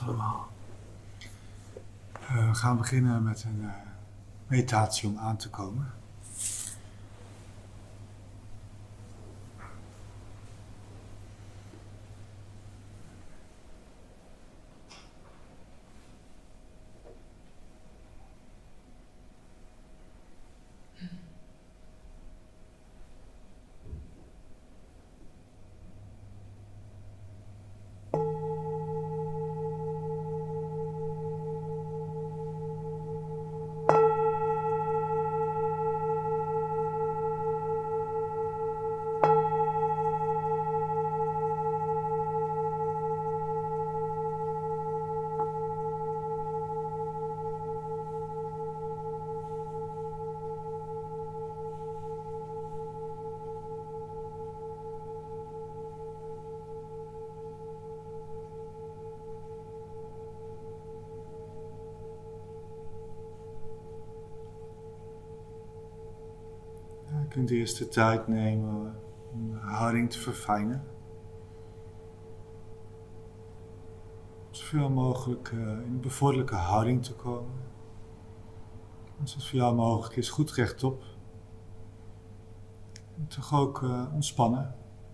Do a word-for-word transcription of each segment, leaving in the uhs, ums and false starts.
allemaal. Uh, we gaan beginnen met een uh, meditatie om aan te komen. Je kunt eerst de tijd nemen om de houding te verfijnen. Zoveel mogelijk uh, in een bevorderlijke houding te komen. Als het voor jou mogelijk is, goed rechtop. En toch ook uh, ontspannen.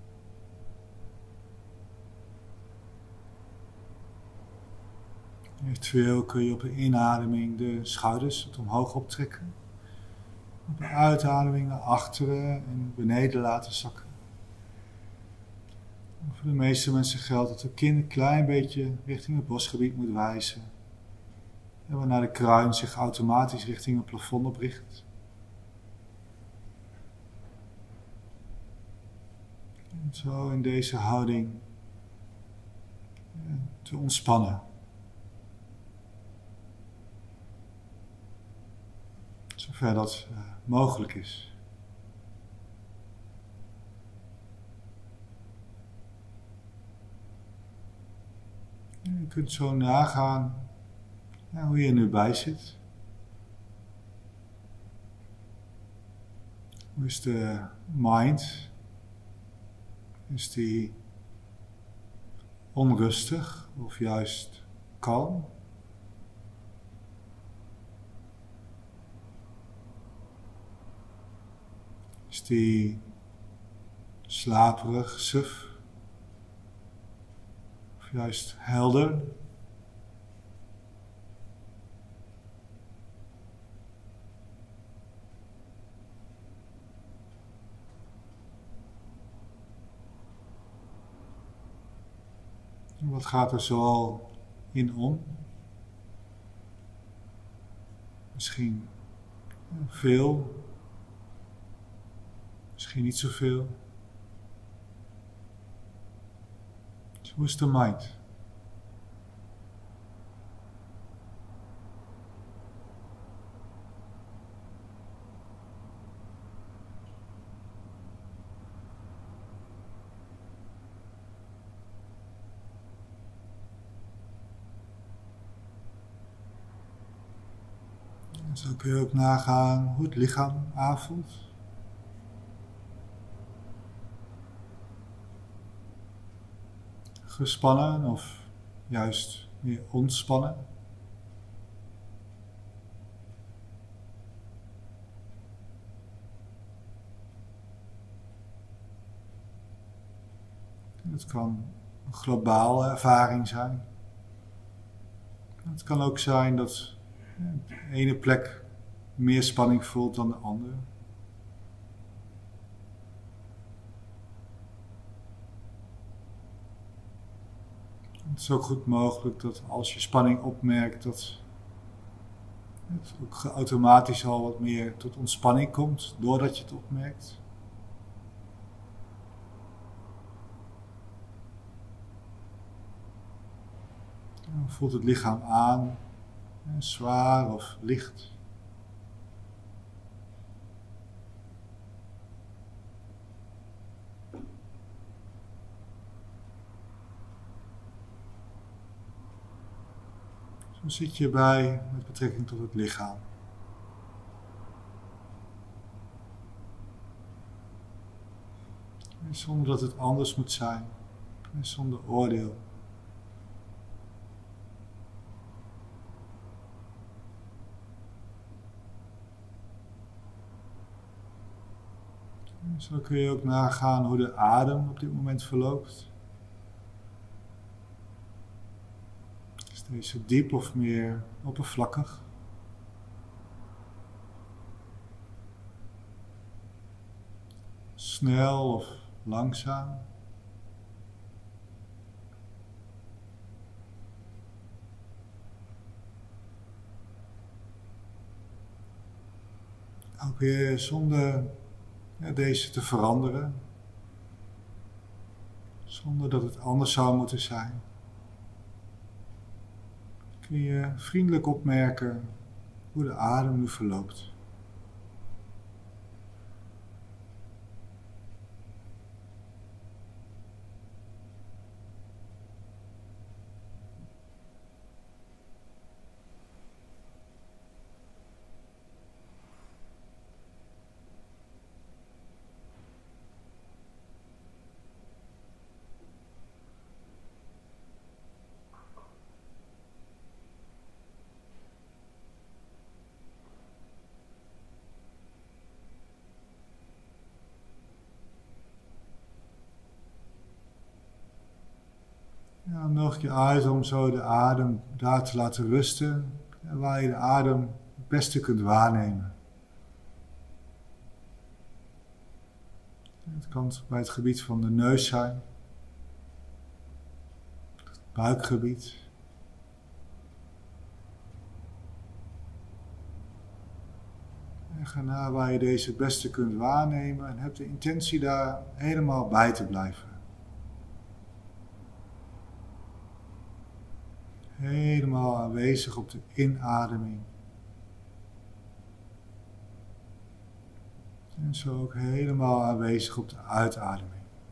Eventueel kun je op een inademing de schouders wat omhoog optrekken. Op een uitademing naar achteren en beneden laten zakken. En voor de meeste mensen geldt dat de kin een klein beetje richting het bosgebied moet wijzen. En waarna de kruin zich automatisch richting het plafond opricht. En zo in deze houding ja, te ontspannen. Zover dat uh, mogelijk is. Je kunt zo nagaan ja, hoe je er nu bij zit. Hoe is de mind? Is die onrustig of juist kalm? Is die slaperig, suf? Of juist helder? Wat gaat er zoal in om? Misschien veel. Misschien niet zoveel. Dus hoe is de mind? En zo kun je ook nagaan hoe het lichaam aanvoelt. Gespannen of juist meer ontspannen. Het kan een globale ervaring zijn. Het kan ook zijn dat de ene plek meer spanning voelt dan de andere. Het is ook goed mogelijk dat als je spanning opmerkt, dat het ook automatisch al wat meer tot ontspanning komt, doordat je het opmerkt. Dan voelt het lichaam aan, zwaar of licht. Zo zit je bij met betrekking tot het lichaam. En zonder dat het anders moet zijn. En zonder oordeel. Zo kun je ook nagaan hoe de adem op dit moment verloopt. Is deze diep of meer oppervlakkig? Snel of langzaam? Ook weer zonder ja, deze te veranderen. Zonder dat het anders zou moeten zijn. Kun je vriendelijk opmerken hoe de adem nu verloopt. Ja, nodig je uit om zo de adem daar te laten rusten, waar je de adem het beste kunt waarnemen. Het kan bij het gebied van de neus zijn, het buikgebied. En ga naar waar je deze het beste kunt waarnemen en heb de intentie daar helemaal bij te blijven. Helemaal aanwezig op de inademing. En zo ook helemaal aanwezig op de uitademing.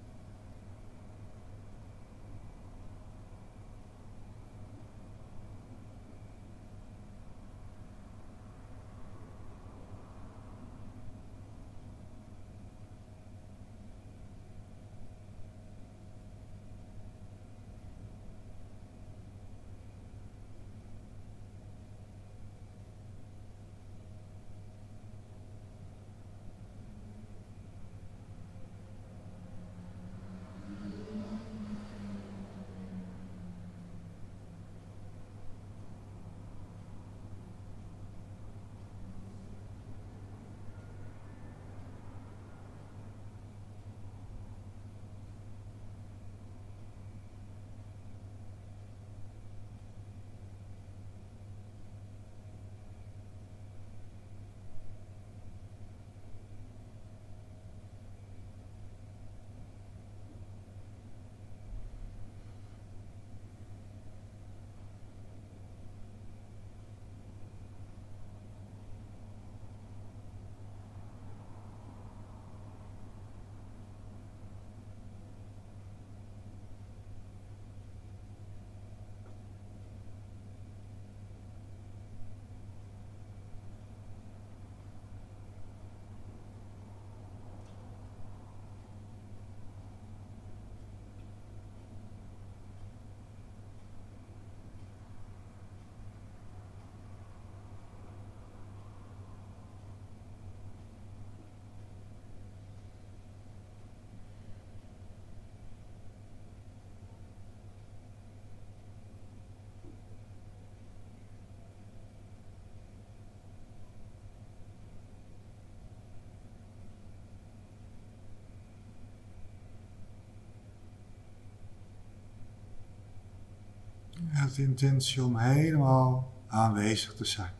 Je hebt de intentie om helemaal aanwezig te zijn.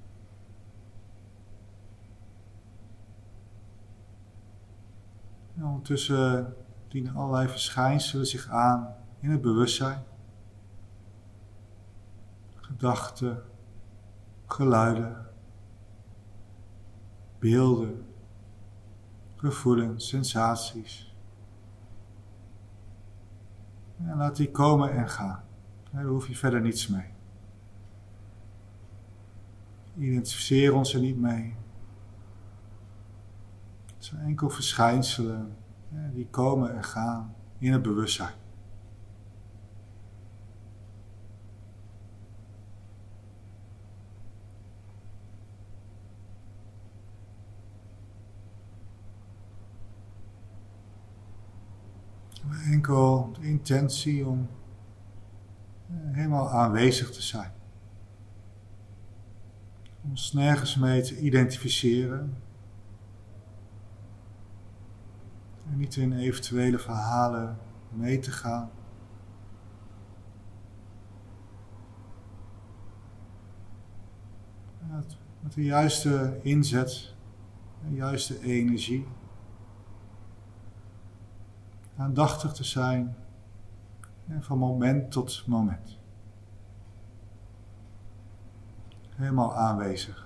En ondertussen dienen allerlei verschijnselen zich aan in het bewustzijn. Gedachten, geluiden, beelden, gevoelens, sensaties. En laat die komen en gaan. Daar hoef je verder niets mee. Identificeer ons er niet mee. Het zijn enkel verschijnselen ja, die komen en gaan in het bewustzijn. Enkel de intentie om helemaal aanwezig te zijn. Om ons nergens mee te identificeren. En niet in eventuele verhalen mee te gaan. Met de juiste inzet, de juiste energie. Aandachtig te zijn en van moment tot moment. Helemaal aanwezig.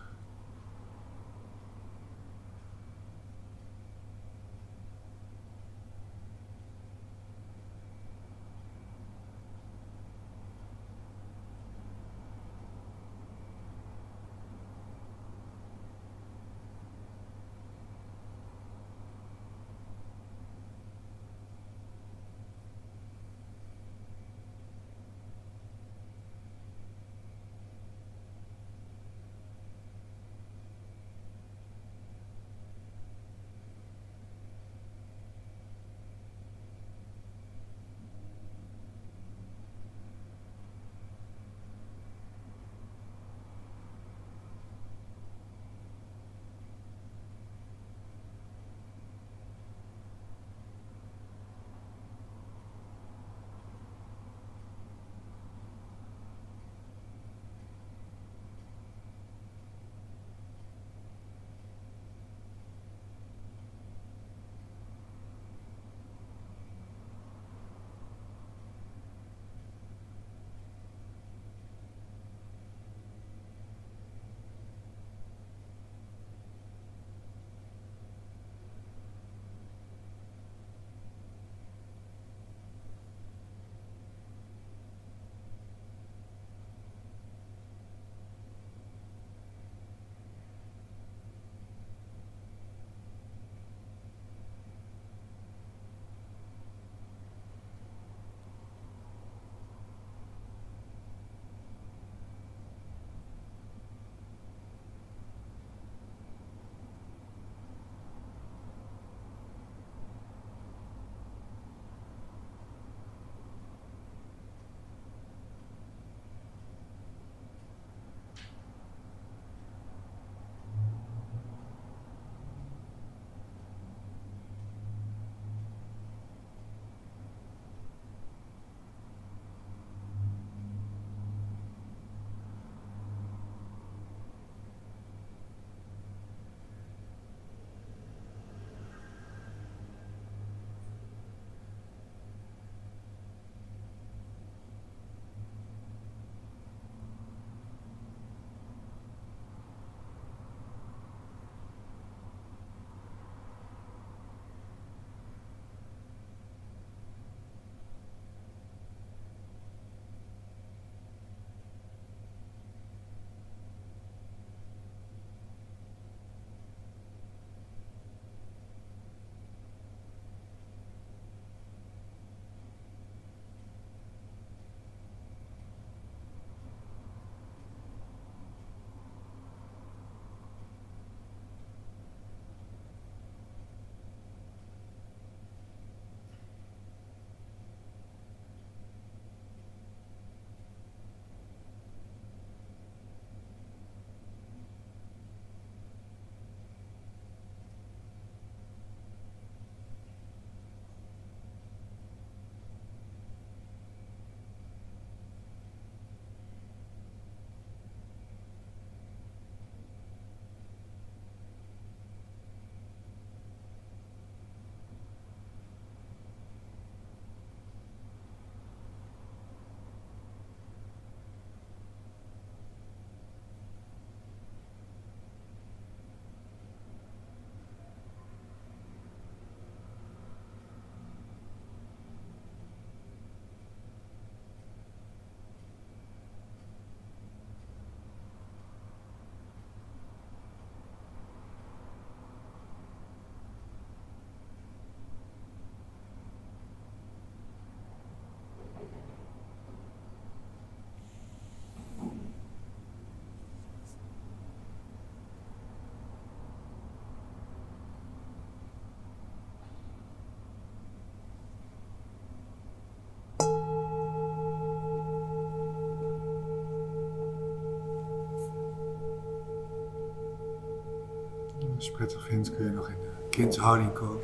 Als je het prettig vindt kun je nog in de kindshouding komen.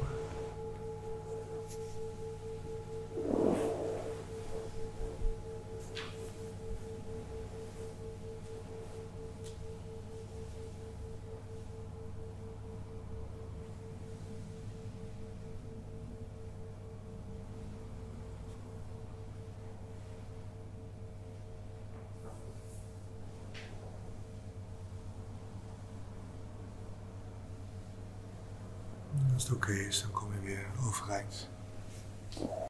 Als het oké is, dan kom je weer overeind.